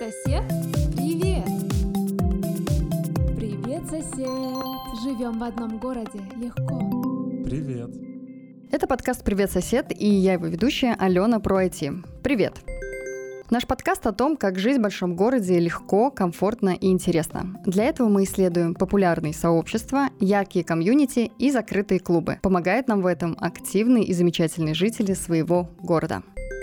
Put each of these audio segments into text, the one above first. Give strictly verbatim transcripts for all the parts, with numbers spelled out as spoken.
Сосед, привет! Привет, сосед! Живем в одном городе, легко. Привет! Это подкаст «Привет, сосед», и я его ведущая Алена про ай ти. Привет! Наш подкаст о том, как жить в большом городе легко, комфортно и интересно. Для этого мы исследуем популярные сообщества, яркие комьюнити и закрытые клубы. Помогают нам в этом активные и замечательные жители своего города.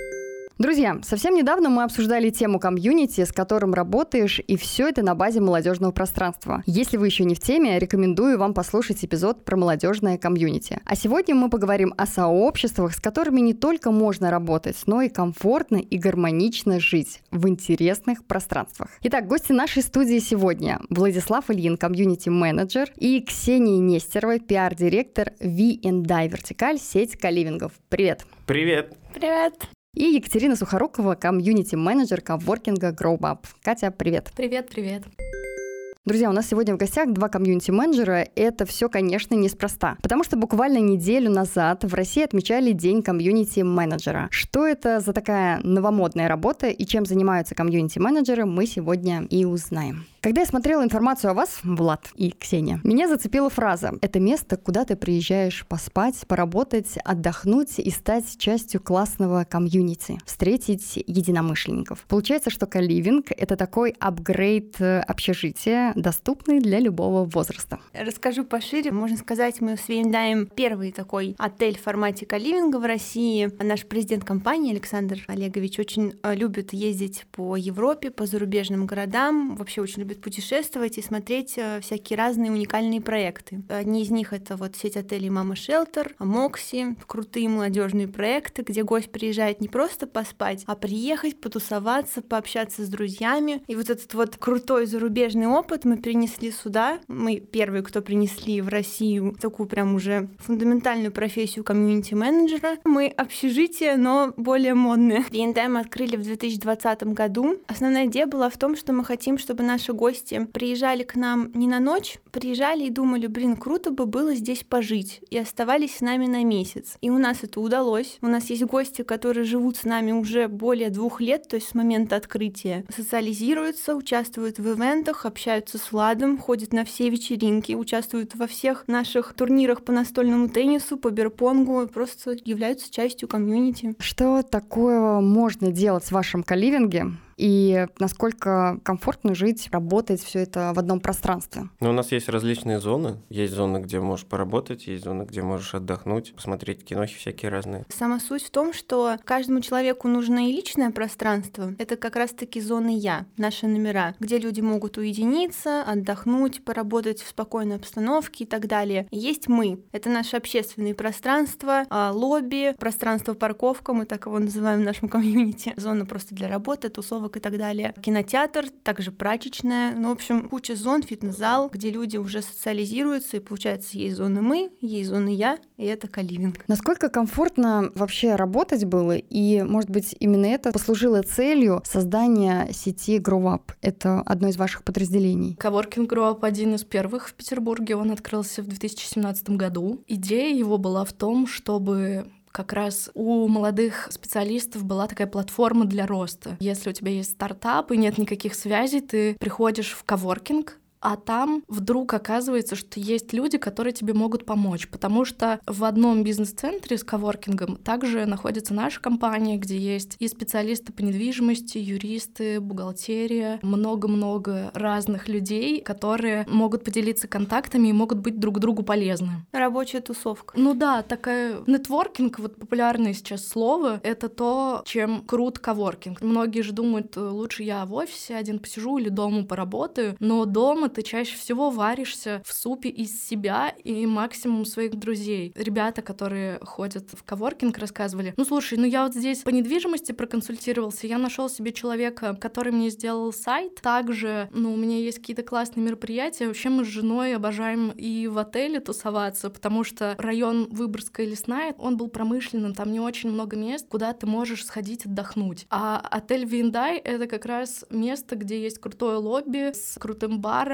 Друзья, совсем недавно мы обсуждали тему комьюнити, с которым работаешь, и все это на базе молодежного пространства. Если вы еще не в теме, рекомендую вам послушать эпизод про молодежное комьюнити. А сегодня мы поговорим о сообществах, с которыми не только можно работать, но и комфортно и гармонично жить в интересных пространствах. Итак, гости нашей студии сегодня: Владислав Ильин, комьюнити-менеджер, и Ксения Нестерова, пиар-директор ви энд ай Вертикаль, сеть коливингов. Привет! Привет! Привет! И Екатерина Сухорукова, комьюнити-менеджер коворкинга GrowUp. Катя, привет. Привет, привет. Друзья, у нас сегодня в гостях два комьюнити-менеджера. Это все, конечно, неспроста. Потому что буквально неделю назад в России отмечали День комьюнити-менеджера. Что это за такая новомодная работа и чем занимаются комьюнити-менеджеры, мы сегодня и узнаем. Когда я смотрела информацию о вас, Влад и Ксения, меня зацепила фраза: «Это место, куда ты приезжаешь поспать, поработать, отдохнуть и стать частью классного комьюнити, встретить единомышленников». Получается, что коливинг — это такой апгрейд общежития, доступный для любого возраста. Расскажу пошире. Можно сказать, мы с ви энд ай первый такой отель в формате коливинга в России. Наш президент компании Александр Олегович очень любит ездить по Европе, по зарубежным городам, вообще очень любит путешествовать и смотреть всякие разные уникальные проекты. Одни из них — это вот сеть отелей Мама Шелтер, Мокси, крутые молодежные проекты, где гость приезжает не просто поспать, а приехать, потусоваться, пообщаться с друзьями. И вот этот вот крутой зарубежный опыт мы принесли сюда. Мы первые, кто принесли в Россию такую прям уже фундаментальную профессию комьюнити-менеджера. Мы общежитие, но более модное. ви энд ай мы открыли в две тысячи двадцатом году. Основная идея была в том, что мы хотим, чтобы наши гости приезжали к нам не на ночь, приезжали и думали: блин, круто бы было здесь пожить, и оставались с нами на месяц. И у нас это удалось. У нас есть гости, которые живут с нами уже более двух лет, то есть с момента открытия, социализируются, участвуют в ивентах, общаются с Владом, ходят на все вечеринки, участвуют во всех наших турнирах по настольному теннису, по бирпонгу, просто являются частью комьюнити. Что такое можно делать в вашем коливинге? И насколько комфортно жить, работать, все это в одном пространстве? Ну, у нас есть различные зоны. Есть зоны, где можешь поработать, есть зоны, где можешь отдохнуть, посмотреть кинохи всякие разные. Сама суть в том, что каждому человеку нужно и личное пространство. Это как раз-таки зоны «я», наши номера, где люди могут уединиться, отдохнуть, поработать в спокойной обстановке и так далее. И есть мы. Это наше общественное пространство, лобби, пространство парковка, мы так его называем в нашем комьюнити. Зона просто для работы, тусовок и так далее. Кинотеатр, также прачечная, ну, в общем, куча зон, фитнес-зал, где люди уже социализируются, и получается, есть зоны мы, есть зоны я, и это коливинг. Насколько комфортно вообще работать было, и, может быть, именно это послужило целью создания сети GrowUp? Это одно из ваших подразделений. Коворкинг GrowUp один из первых в Петербурге, он открылся в две тысячи семнадцатом году. Идея его была в том, чтобы как раз у молодых специалистов была такая платформа для роста. Если у тебя есть стартап и нет никаких связей, ты приходишь в коворкинг, а там вдруг оказывается, что есть люди, которые тебе могут помочь, потому что в одном бизнес-центре с коворкингом также находится наша компания, где есть и специалисты по недвижимости, юристы, бухгалтерия, много-много разных людей, которые могут поделиться контактами и могут быть друг другу полезны. Рабочая тусовка. Ну да, такая нетворкинг, вот популярное сейчас слово, это то, чем крут коворкинг. Многие же думают: лучше я в офисе один посижу или дома поработаю, но дома ты чаще всего варишься в супе из себя и максимум своих друзей. Ребята, которые ходят в коворкинг, рассказывали: ну слушай, ну я вот здесь по недвижимости проконсультировался, я нашел себе человека, который мне сделал сайт. Также, ну, у меня есть какие-то классные мероприятия. Вообще мы с женой обожаем и в отеле тусоваться, потому что район Выборгская Лесная, он был промышленным, там не очень много мест, куда ты можешь сходить отдохнуть. А отель ви энд ай — это как раз место, где есть крутое лобби с крутым баром,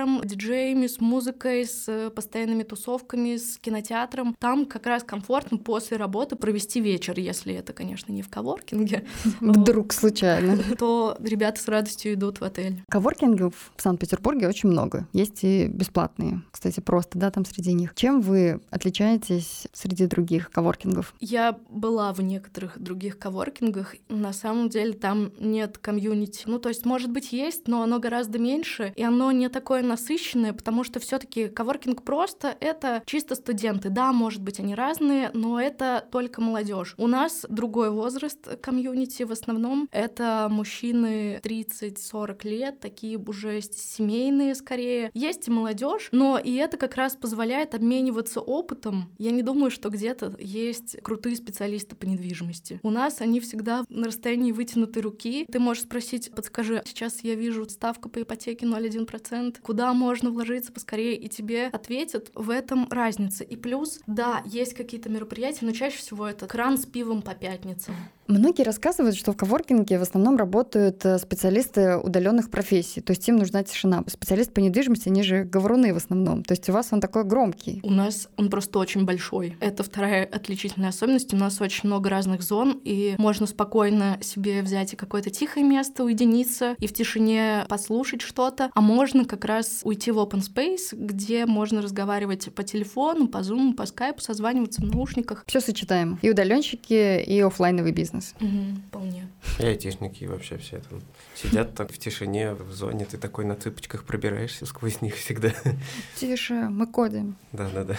баром, диджеями, с музыкой, с постоянными тусовками, с кинотеатром. Там как раз комфортно после работы провести вечер, если это, конечно, не в коворкинге. Вдруг случайно. То ребята с радостью идут в отель. Коворкингов в Санкт-Петербурге очень много. Есть и бесплатные, кстати, просто, да, там среди них. Чем вы отличаетесь среди других коворкингов? Я была в некоторых других коворкингах. На самом деле там нет комьюнити. Ну, то есть, может быть, есть, но оно гораздо меньше, и оно не такое насыщенное, потому что все-таки коворкинг просто — это чисто студенты. Да, может быть, они разные, но это только молодежь. У нас другой возраст комьюнити. В основном это мужчины тридцать-сорок лет, такие уже семейные скорее. Есть и молодежь, но и это как раз позволяет обмениваться опытом. Я не думаю, что где-то есть крутые специалисты по недвижимости. У нас они всегда на расстоянии вытянутой руки. Ты можешь спросить: подскажи, сейчас я вижу ставка по ипотеке ноль целых один десятых процента, куда можно вложиться поскорее, и тебе ответят. В этом разница. И плюс, да, есть какие-то мероприятия, но чаще всего это кран с пивом по пятницам. Многие рассказывают, что в коворкинге в основном работают специалисты удаленных профессий, то есть им нужна тишина. Специалисты по недвижимости, они же говоруны в основном, то есть у вас он такой громкий. У нас он просто очень большой. Это вторая отличительная особенность. У нас очень много разных зон, и можно спокойно себе взять и какое-то тихое место, уединиться и в тишине послушать что-то, а можно как раз уйти в open space, где можно разговаривать по телефону, по Zoom, по скайпу, созваниваться в наушниках. Все сочетаем. И удаленщики, и офлайновый бизнес. Угу, вполне. И айтишники вообще все там сидят так в тишине, в зоне, ты такой на цыпочках пробираешься сквозь них всегда. Тише, мы кодим. Да-да-да.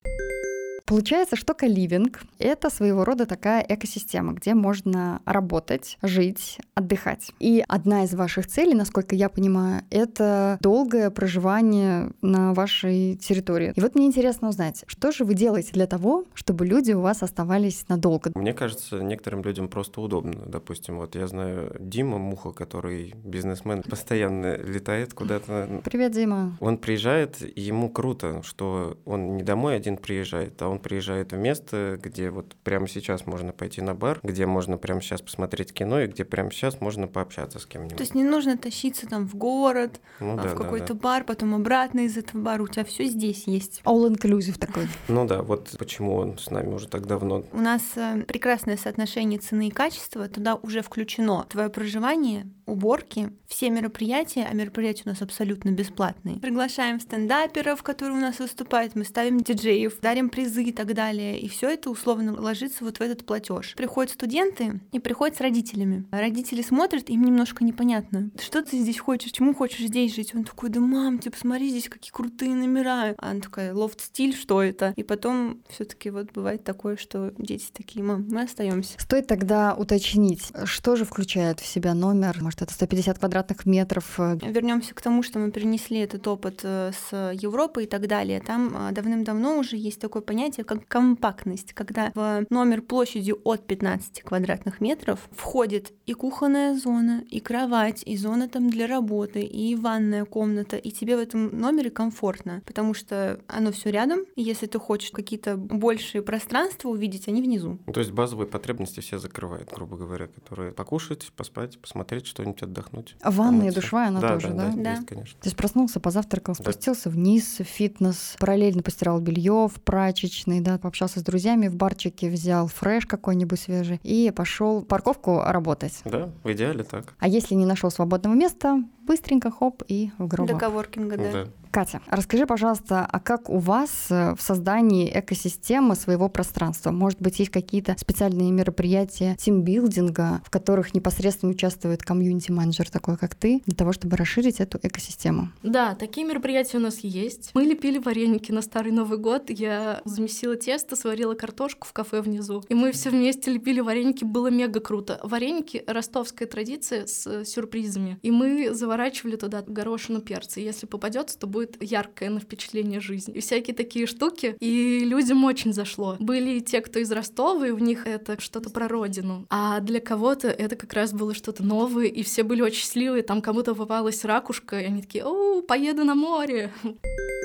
Получается, что коливинг — это своего рода такая экосистема, где можно работать, жить, отдыхать. И одна из ваших целей, насколько я понимаю, это долгое проживание на вашей территории. И вот мне интересно узнать, что же вы делаете для того, чтобы люди у вас оставались надолго? Мне кажется, некоторым людям просто удобно. Допустим, вот я знаю Дима Муха, который бизнесмен, постоянно летает куда-то. Привет, Дима. Он приезжает, и ему круто, что он не домой один приезжает, а он приезжает в место, где вот прямо сейчас можно пойти на бар, где можно прямо сейчас посмотреть кино, и где прямо сейчас можно пообщаться с кем-нибудь. То есть не нужно тащиться там в город, ну, в да, какой-то да, да. бар, потом обратно из этого бара. У тебя все здесь есть. All-inclusive такой. Ну да, вот почему он с нами уже так давно. У нас прекрасное соотношение цены и качества. Туда уже включено твое проживание, уборки, все мероприятия, а мероприятия у нас абсолютно бесплатные. Приглашаем стендаперов, которые у нас выступают, мы ставим диджеев, дарим призы и так далее. И все это условно ложится вот в этот платеж. Приходят студенты и приходят с родителями. Родители смотрят, им немножко непонятно. Что ты здесь хочешь? Чему хочешь здесь жить? Он такой: да мам, типа, смотри, здесь какие крутые номера. А она такая: лофт-стиль, что это? И потом все-таки вот бывает такое, что дети такие: мам, мы остаемся. Стоит тогда уточнить, что же включает в себя номер? Может, это сто пятьдесят квадратных метров? Вернемся к тому, что мы перенесли этот опыт с Европы и так далее. Там давным-давно уже есть такое понятие, как компактность, когда в номер площадью от пятнадцати квадратных метров входит и кухонная зона, и кровать, и зона там для работы, и ванная комната, и тебе в этом номере комфортно, потому что оно все рядом, и если ты хочешь какие-то большие пространства увидеть, они внизу. Ну, то есть базовые потребности все закрывают, грубо говоря, которые покушать, поспать, посмотреть что-нибудь, отдохнуть. Ванная, душевая, она да, тоже, да? да? Да, да. Есть, конечно. То есть проснулся, позавтракал, Да. спустился вниз, фитнес, параллельно постирал белье в прачечной, да, пообщался с друзьями в барчике, взял фреш какой-нибудь свежий и пошел в парковку работать. Да, в идеале так. А если не нашел свободного места, быстренько хоп и в гроб. До коворкинга, да. Да. Катя, расскажи, пожалуйста, а как у вас в создании экосистемы своего пространства? Может быть, есть какие-то специальные мероприятия тимбилдинга, в которых непосредственно участвует комьюнити-менеджер такой, как ты, для того, чтобы расширить эту экосистему? Да, такие мероприятия у нас есть. Мы лепили вареники на Старый Новый год. Я замесила тесто, сварила картошку в кафе внизу. И мы все вместе лепили вареники. Было мега круто. Вареники — ростовская традиция с сюрпризами. И мы заворачивали туда горошину перца. Если попадется, то будет яркое на впечатление жизнь. И всякие такие штуки. И людям очень зашло. Были и те, кто из Ростова, и у них это что-то про родину. А для кого-то это как раз было что-то новое, и все были очень счастливые. Там кому-то попалась ракушка, и они такие: о, поеду на море.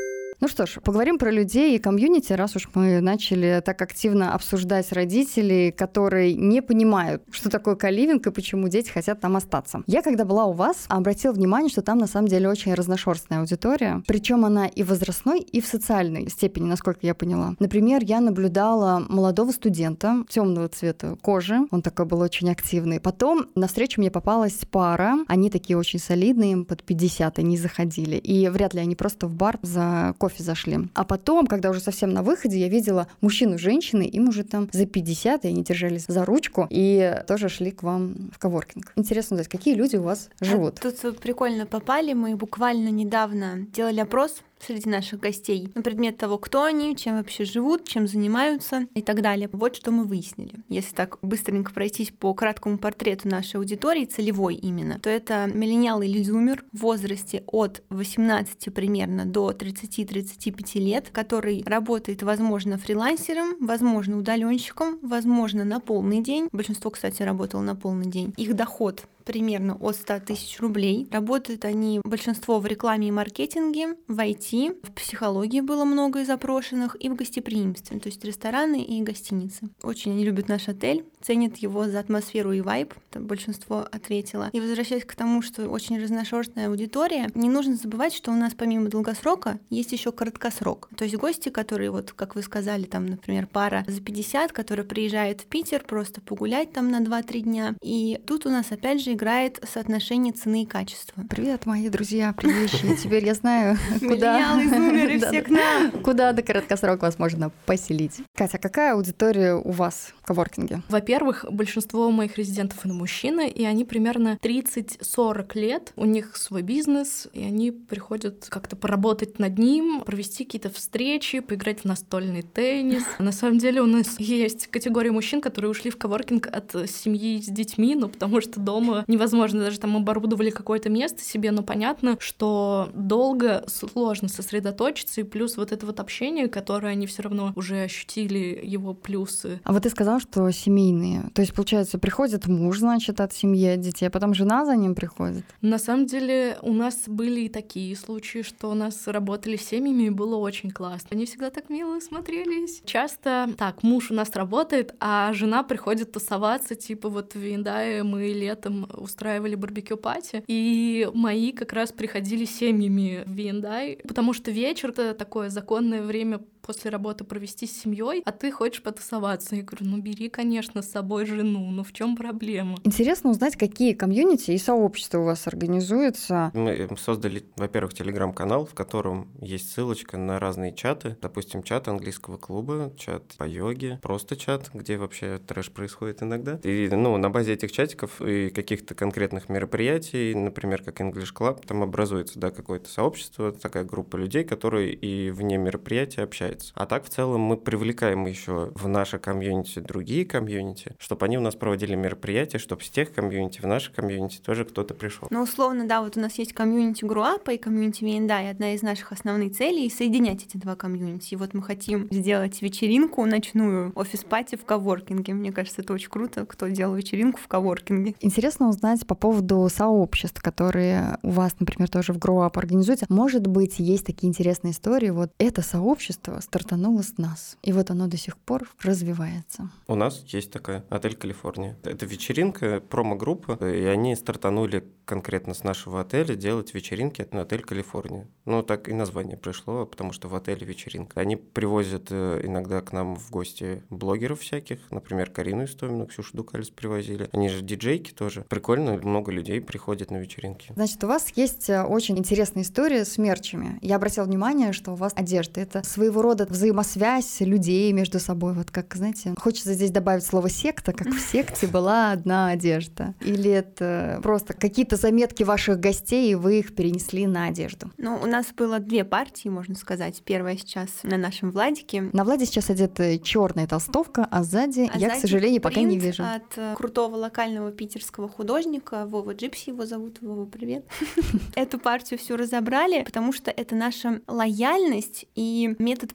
Ну что ж, поговорим про людей и комьюнити, раз уж мы начали так активно обсуждать родителей, которые не понимают, что такое коливинг и почему дети хотят там остаться. Я, когда была у вас, обратила внимание, что там на самом деле очень разношерстная аудитория, причем она и возрастной, и в социальной степени, насколько я поняла. Например, я наблюдала молодого студента темного цвета кожи, он такой был очень активный. Потом навстречу мне попалась пара, они такие очень солидные, им под пятьдесят они заходили, и вряд ли они просто в бар за кофе зашли. А потом, когда уже совсем на выходе, я видела мужчину и женщины, им уже там за пятьдесят, и они держались за ручку и тоже шли к вам в коворкинг. Интересно узнать, какие люди у вас живут? Тут прикольно попали, мы буквально недавно делали опрос среди наших гостей на предмет того, кто они, чем вообще живут, чем занимаются и так далее. Вот что мы выяснили. Если так быстренько пройтись по краткому портрету нашей аудитории, целевой именно, то это миллениал или зумер в возрасте от восемнадцати примерно до тридцати-тридцати пяти лет, который работает, возможно, фрилансером, возможно, удаленщиком, возможно, на полный день. Большинство, кстати, работало на полный день. Их доход примерно от ста тысяч рублей. Работают они, большинство, в рекламе и маркетинге, в ай ти, в психологии было много и запрошенных, и в гостеприимстве, то есть рестораны и гостиницы. Очень они любят наш отель, ценят его за атмосферу и вайб, там большинство ответило. И возвращаясь к тому, что очень разношерстная аудитория, не нужно забывать, что у нас помимо долгосрока есть еще короткосрок. То есть гости, которые, вот как вы сказали, там, например, пара за пятьдесят, которая приезжает в Питер просто погулять там на два-три дня. И тут у нас опять же играет соотношение цены и качества. Привет, мои друзья, приезжие. Теперь я знаю, куда... Миллениалы, зумеры, все к нам. Куда до короткосрока вас можно поселить. Катя, какая аудитория у вас в коворкинге? Во-первых, большинство моих резидентов — это мужчины, и они примерно тридцать-сорок лет. У них свой бизнес, и они приходят как-то поработать над ним, провести какие-то встречи, поиграть в настольный теннис. На самом деле у нас есть категория мужчин, которые ушли в коворкинг от семьи с детьми, ну потому что дома невозможно, даже там оборудовали какое-то место себе, но понятно, что долго сложно сосредоточиться, и плюс вот это вот общение, которое они все равно уже ощутили, его плюсы. А вот ты сказала, что семейные. То есть, получается, приходит муж, значит, от семьи, от детей, а потом жена за ним приходит? На самом деле у нас были и такие случаи, что у нас работали с семьями, и было очень классно. Они всегда так мило смотрелись. Часто так, муж у нас работает, а жена приходит тусоваться, типа вот в Виндае мы летом устраивали барбекю-пати, и мои как раз приходили семьями в Виендай, потому что вечер — это такое законное время после работы провести с семьей, а ты хочешь потусоваться. Я говорю, ну бери, конечно, с собой жену, ну в чем проблема? Интересно узнать, какие комьюнити и сообщества у вас организуются. Мы создали, во-первых, телеграм-канал, в котором есть ссылочка на разные чаты. Допустим, чат английского клуба, чат по йоге, просто чат, где вообще трэш происходит иногда. И ну, на базе этих чатиков и каких-то конкретных мероприятий, например, как English Club, там образуется да, какое-то сообщество, такая группа людей, которые и вне мероприятия общаются. А так, в целом, мы привлекаем еще в наше комьюнити другие комьюнити, чтобы они у нас проводили мероприятия, чтобы с тех комьюнити в наше комьюнити тоже кто-то пришел. Ну, условно, да, вот у нас есть комьюнити Груапа и комьюнити Виендай. Одна из наших основных целей — соединять эти два комьюнити. И вот мы хотим сделать вечеринку ночную, офис-пати в коворкинге. Мне кажется, это очень круто, кто делал вечеринку в коворкинге. Интересно узнать по поводу сообществ, которые у вас, например, тоже в Груап организуются. Может быть, есть такие интересные истории. Вот это сообщество стартануло с нас, и вот оно до сих пор развивается. У нас есть такая отель Калифорния. Это вечеринка, промо-группа, и они стартанули конкретно с нашего отеля делать вечеринки на отель Калифорния. Ну, так и название пришло, потому что в отеле вечеринка. Они привозят иногда к нам в гости блогеров всяких, например, Карину Истомину, Ксюшу Дукалис привозили. Они же диджейки тоже. Прикольно, много людей приходит на вечеринки. Значит, у вас есть очень интересная история с мерчами. Я обратила внимание, что у вас одежда — это своего рода взаимосвязь людей между собой. Вот как, знаете, хочется здесь добавить слово «секта», как в секте была одна одежда. Или это просто какие-то заметки ваших гостей, и вы их перенесли на одежду? Ну, у нас было две партии, можно сказать. Первая сейчас на нашем Владике. На Владе сейчас одета черная толстовка, а сзади а я, сзади к сожалению, пока не принт вижу. От крутого локального питерского художника Вова Джипси, его зовут. Вова, привет. Эту партию всю разобрали, потому что это наша лояльность и метод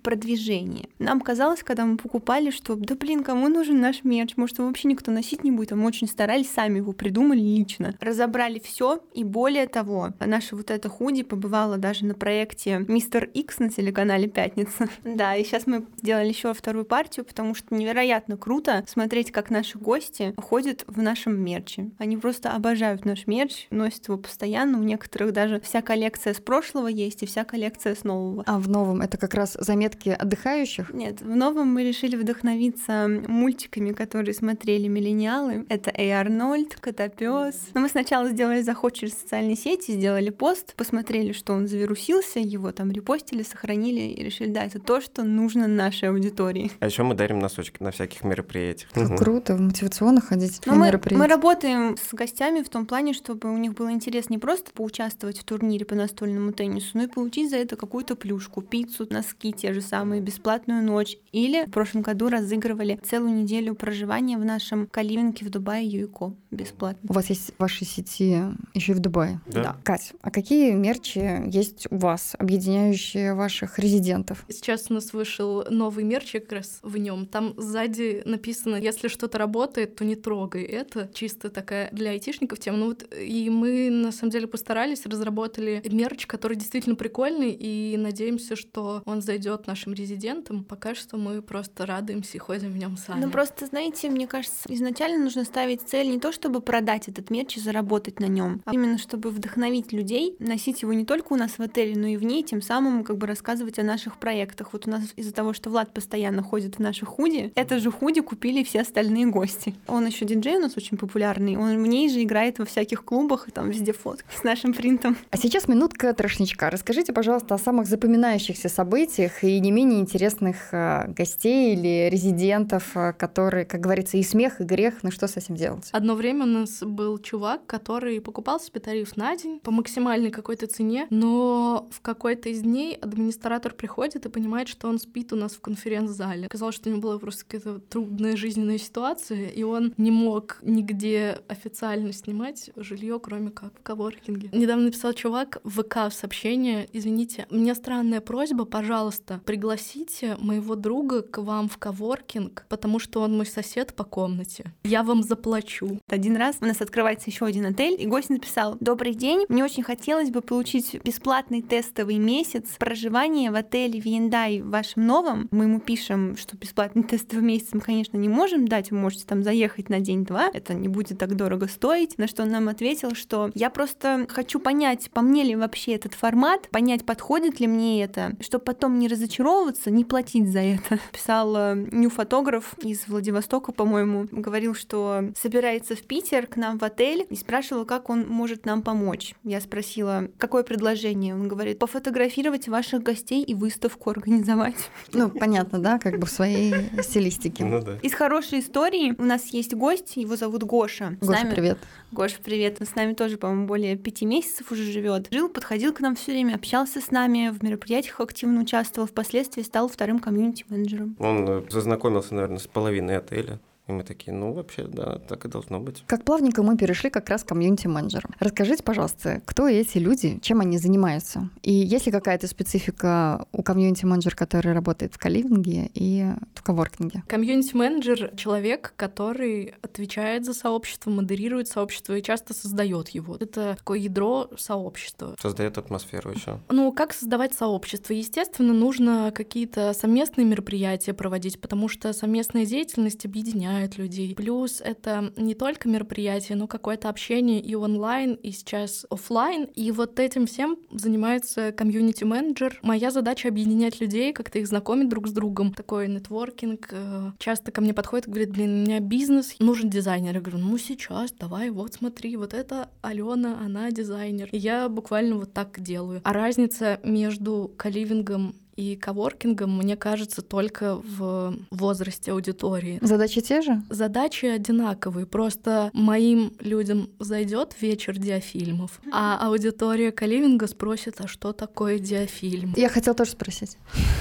продвижение. Нам казалось, когда мы покупали, что да блин, кому нужен наш мерч, может его вообще никто носить не будет, а мы очень старались, сами его придумали лично. Разобрали все, и более того, наша вот эта худи побывала даже на проекте Мистер Икс на телеканале «Пятница». Да, и сейчас мы сделали еще вторую партию, потому что невероятно круто смотреть, как наши гости ходят в нашем мерче. Они просто обожают наш мерч, носят его постоянно, у некоторых даже вся коллекция с прошлого есть и вся коллекция с нового. А в новом это как раз заметки отдыхающих? Нет, в новом мы решили вдохновиться мультиками, которые смотрели миллениалы. Это Эй Арнольд, Котопёс. Но мы сначала сделали заход через социальные сети, сделали пост, посмотрели, что он завирусился, его там репостили, сохранили и решили, да, это то, что нужно нашей аудитории. А еще мы дарим носочки на всяких мероприятиях. Как круто, мотивационно ходить на мы, мероприятия. Мы работаем с гостями в том плане, чтобы у них был интерес не просто поучаствовать в турнире по настольному теннису, но и получить за это какую-то плюшку, пиццу, носки те же самые, бесплатную ночь. Или в прошлом году разыгрывали целую неделю проживания в нашем каливинге в Дубае Юйко бесплатно. У вас есть в вашей сети еще и в Дубае? Да. Да. Кать, а какие мерчи есть у вас, объединяющие ваших резидентов? Сейчас у нас вышел новый мерч, как раз в нем. Там сзади написано, если что-то работает, то не трогай. Это чисто такая для айтишников тема. Ну вот, и мы на самом деле постарались, разработали мерч, который действительно прикольный, и надеемся, что он зайдет нашим резидентам. Пока что мы просто радуемся и ходим в нем сами. Ну просто, знаете, мне кажется, изначально нужно ставить цель не то, чтобы продать этот мерч и заработать на нем, а именно чтобы вдохновить людей, носить его не только у нас в отеле, но и вне, тем самым как бы рассказывать о наших проектах. Вот у нас из-за того, что Влад постоянно ходит в наши худи, это же худи купили все остальные гости. Он еще диджей у нас очень популярный, он в ней же играет во всяких клубах и там везде фотки с нашим принтом. А сейчас минутка трошничка. Расскажите, пожалуйста, о самых запоминающихся событиях и не менее интересных э, гостей или резидентов, э, которые, как говорится, и смех, и грех, ну что с этим делать? Одно время у нас был чувак, который покупал себе тариф на день по максимальной какой-то цене, но в какой-то из дней администратор приходит и понимает, что он спит у нас в конференц-зале. Казалось, что у него была просто какая-то трудная жизненная ситуация, и он не мог нигде официально снимать жилье, кроме как в коворкинге. Недавно написал чувак в ВК сообщение: извините, у меня странная просьба, пожалуйста, пригласите моего друга к вам в коворкинг, потому что он мой сосед по комнате. Я вам заплачу. Один раз у нас открывается еще один отель, и гость написал: «Добрый день, мне очень хотелось бы получить бесплатный тестовый месяц проживания в отеле Виендай в вашем новом». Мы ему пишем, что бесплатный тестовый месяц мы, конечно, не можем дать, вы можете там заехать на день-два, это не будет так дорого стоить. На что он нам ответил, что я просто хочу понять, по мне ли вообще этот формат, понять, подходит ли мне это, чтобы потом не разочаровываться, не платить за это. Писал нью-фотограф из Владивостока, по-моему, говорил, что собирается в Питер к нам в отель и спрашивал, как он может нам помочь. Я спросила, какое предложение? Он говорит: пофотографировать ваших гостей и выставку организовать. Ну, понятно, да, как бы в своей стилистике. Ну да. Из хорошей истории у нас есть гость, его зовут Гоша. С Гоша, нами... привет. Гоша, привет. Он с нами тоже, по-моему, более пяти месяцев уже живет. Жил, подходил к нам все время, общался с нами, в мероприятиях активно участвовал, впоследствии стал вторым комьюнити-менеджером. Он зазнакомился, наверное, с половиной отеля. И мы такие, ну, вообще, да, так и должно быть. Как плавненько мы перешли как раз к комьюнити-менеджерам. Расскажите, пожалуйста, кто эти люди, чем они занимаются? И есть ли какая-то специфика у комьюнити-менеджера, который работает в каливинге и в коворкинге? Комьюнити-менеджер — человек, который отвечает за сообщество, модерирует сообщество и часто создает его. Это такое ядро сообщества. Создает атмосферу еще. Ну, как создавать сообщество? Естественно, нужно какие-то совместные мероприятия проводить, потому что совместная деятельность объединяет людей. Плюс это не только мероприятие, но какое-то общение и онлайн, и сейчас офлайн. И вот этим всем занимается комьюнити-менеджер. Моя задача — объединять людей, как-то их знакомить друг с другом. Такой нетворкинг. Часто ко мне подходит и говорит: блин, у меня бизнес, нужен дизайнер. Я говорю: ну сейчас, давай, вот смотри, вот это Алена, она дизайнер. И я буквально вот так делаю. А разница между каливингом и коворкингом, мне кажется, только в возрасте аудитории. Задачи те же? Задачи одинаковые, просто моим людям зайдет вечер диафильмов, а аудитория каливинга спросит: а что такое диафильм? Я хотела тоже спросить.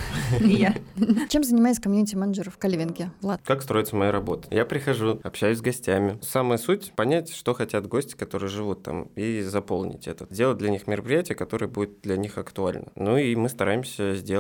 Я. Чем занимается комьюнити-менеджер в каливинге, Влад? Как строится моя работа? Я прихожу, общаюсь с гостями. Самая суть — понять, что хотят гости, которые живут там, и заполнить это. Сделать для них мероприятие, которое будет для них актуально. Ну и мы стараемся сделать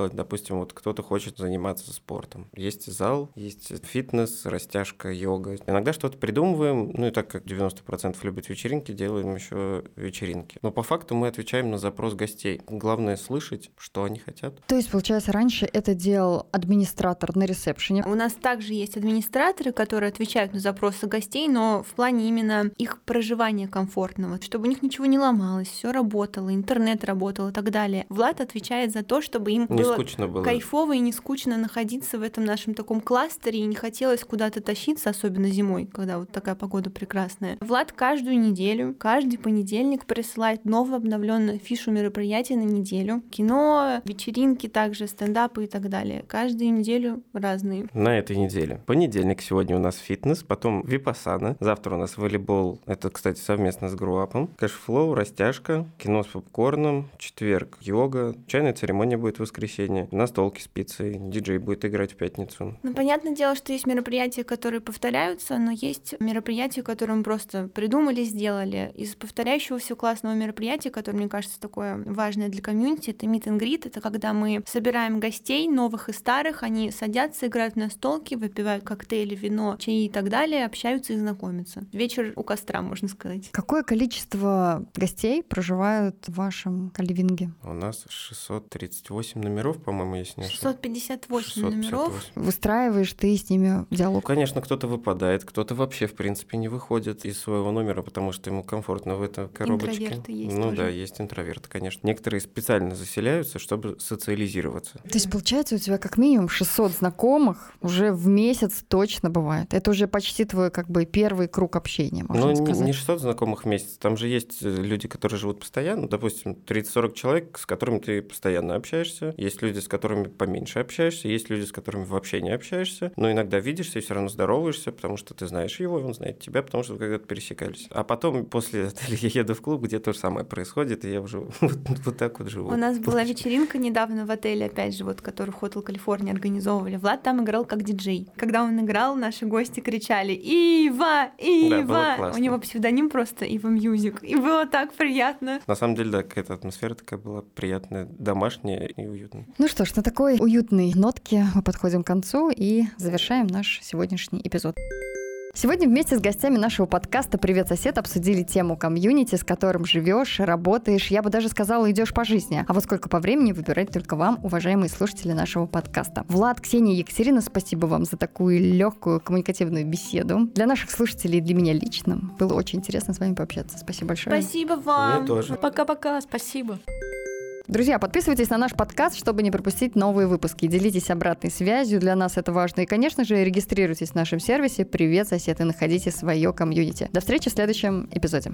делать. Допустим, вот кто-то хочет заниматься спортом. Есть зал, есть фитнес, растяжка, йога. Иногда что-то придумываем, ну и так как девяносто процентов любят вечеринки, делаем еще вечеринки. Но по факту мы отвечаем на запрос гостей. Главное слышать, что они хотят. То есть, получается, раньше это делал администратор на ресепшене. У нас также есть администраторы, которые отвечают на запросы гостей, но в плане именно их проживания комфортного, чтобы у них ничего не ломалось, все работало, интернет работал и так далее. Влад отвечает за то, чтобы им Не было, скучно было кайфово и не скучно находиться в этом нашем таком кластере, и не хотелось куда-то тащиться, особенно зимой, когда вот такая погода прекрасная. Влад каждую неделю, каждый понедельник присылает новую обновленную афишу мероприятий на неделю. Кино, вечеринки также, стендапы и так далее. Каждую неделю разные. На этой неделе. Понедельник сегодня у нас фитнес, потом випассана. Завтра у нас волейбол, это, кстати, совместно с Груапом. Кэшфлоу, растяжка, кино с попкорном. Четверг йога, чайная церемония будет в воскресенье. Настолки с пиццей, диджей будет играть в пятницу. Ну, понятное дело, что есть мероприятия, которые повторяются, но есть мероприятия, которые мы просто придумали, сделали. Из повторяющегося классного мероприятия, которое, мне кажется, такое важное для комьюнити, это meet and greet. Это когда мы собираем гостей, новых и старых, они садятся, играют в настолки, выпивают коктейли, вино, чаи и так далее, общаются и знакомятся. Вечер у костра, можно сказать. Какое количество гостей проживают в вашем каливинге? У нас шестьсот тридцать восемь номеров, по-моему, если не ошибаюсь. шестьсот пятьдесят восемь номеров. Выстраиваешь ты с ними диалог? Конечно, кто-то выпадает, кто-то вообще, в принципе, не выходит из своего номера, потому что ему комфортно в этой коробочке. Интроверты есть Ну тоже. да, есть интроверты, конечно. Некоторые специально заселяются, чтобы социализироваться. То есть, получается, у тебя как минимум шестьсот знакомых уже в месяц точно бывает. Это уже почти твой как бы первый круг общения, можно Ну, не, сказать. не шестьсот знакомых в месяц. Там же есть люди, которые живут постоянно. Допустим, тридцать-сорок человек, с которыми ты постоянно общаешься. Есть люди, с которыми поменьше общаешься. Есть люди, с которыми вообще не общаешься. Но иногда видишься и все равно здороваешься, потому что ты знаешь его, и он знает тебя, потому что вы когда-то пересекались. А потом после этого я еду в клуб, где то же самое происходит, и я уже вот, вот так вот живу. У нас была вечеринка недавно в отеле, опять же, вот, которую в Hotel California организовывали. Влад там играл как диджей. Когда он играл, наши гости кричали «Ива! Ива!» Да, было классно. У него псевдоним просто Ива Мьюзик. И было так приятно. На самом деле, да, какая-то атмосфера такая была приятная, домашняя и уютная. Ну что ж, на такой уютной нотке мы подходим к концу и завершаем наш сегодняшний эпизод. Сегодня вместе с гостями нашего подкаста «Привет, сосед» обсудили тему комьюнити, с которым живешь, работаешь, я бы даже сказала, идешь по жизни. А вот сколько по времени выбирать только вам, уважаемые слушатели нашего подкаста. Влад, Ксения и Екатерина, спасибо вам за такую легкую коммуникативную беседу. Для наших слушателей и для меня лично было очень интересно с вами пообщаться. Спасибо большое. Спасибо вам. Мне тоже. Пока-пока, спасибо. Друзья, подписывайтесь на наш подкаст, чтобы не пропустить новые выпуски. Делитесь обратной связью, для нас это важно. И, конечно же, регистрируйтесь в нашем сервисе «Привет, сосед» и находите свое комьюнити. До встречи в следующем эпизоде.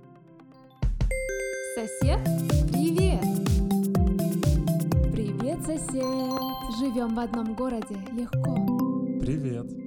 Сосед, привет! Привет, сосед! Живем в одном городе легко. Привет.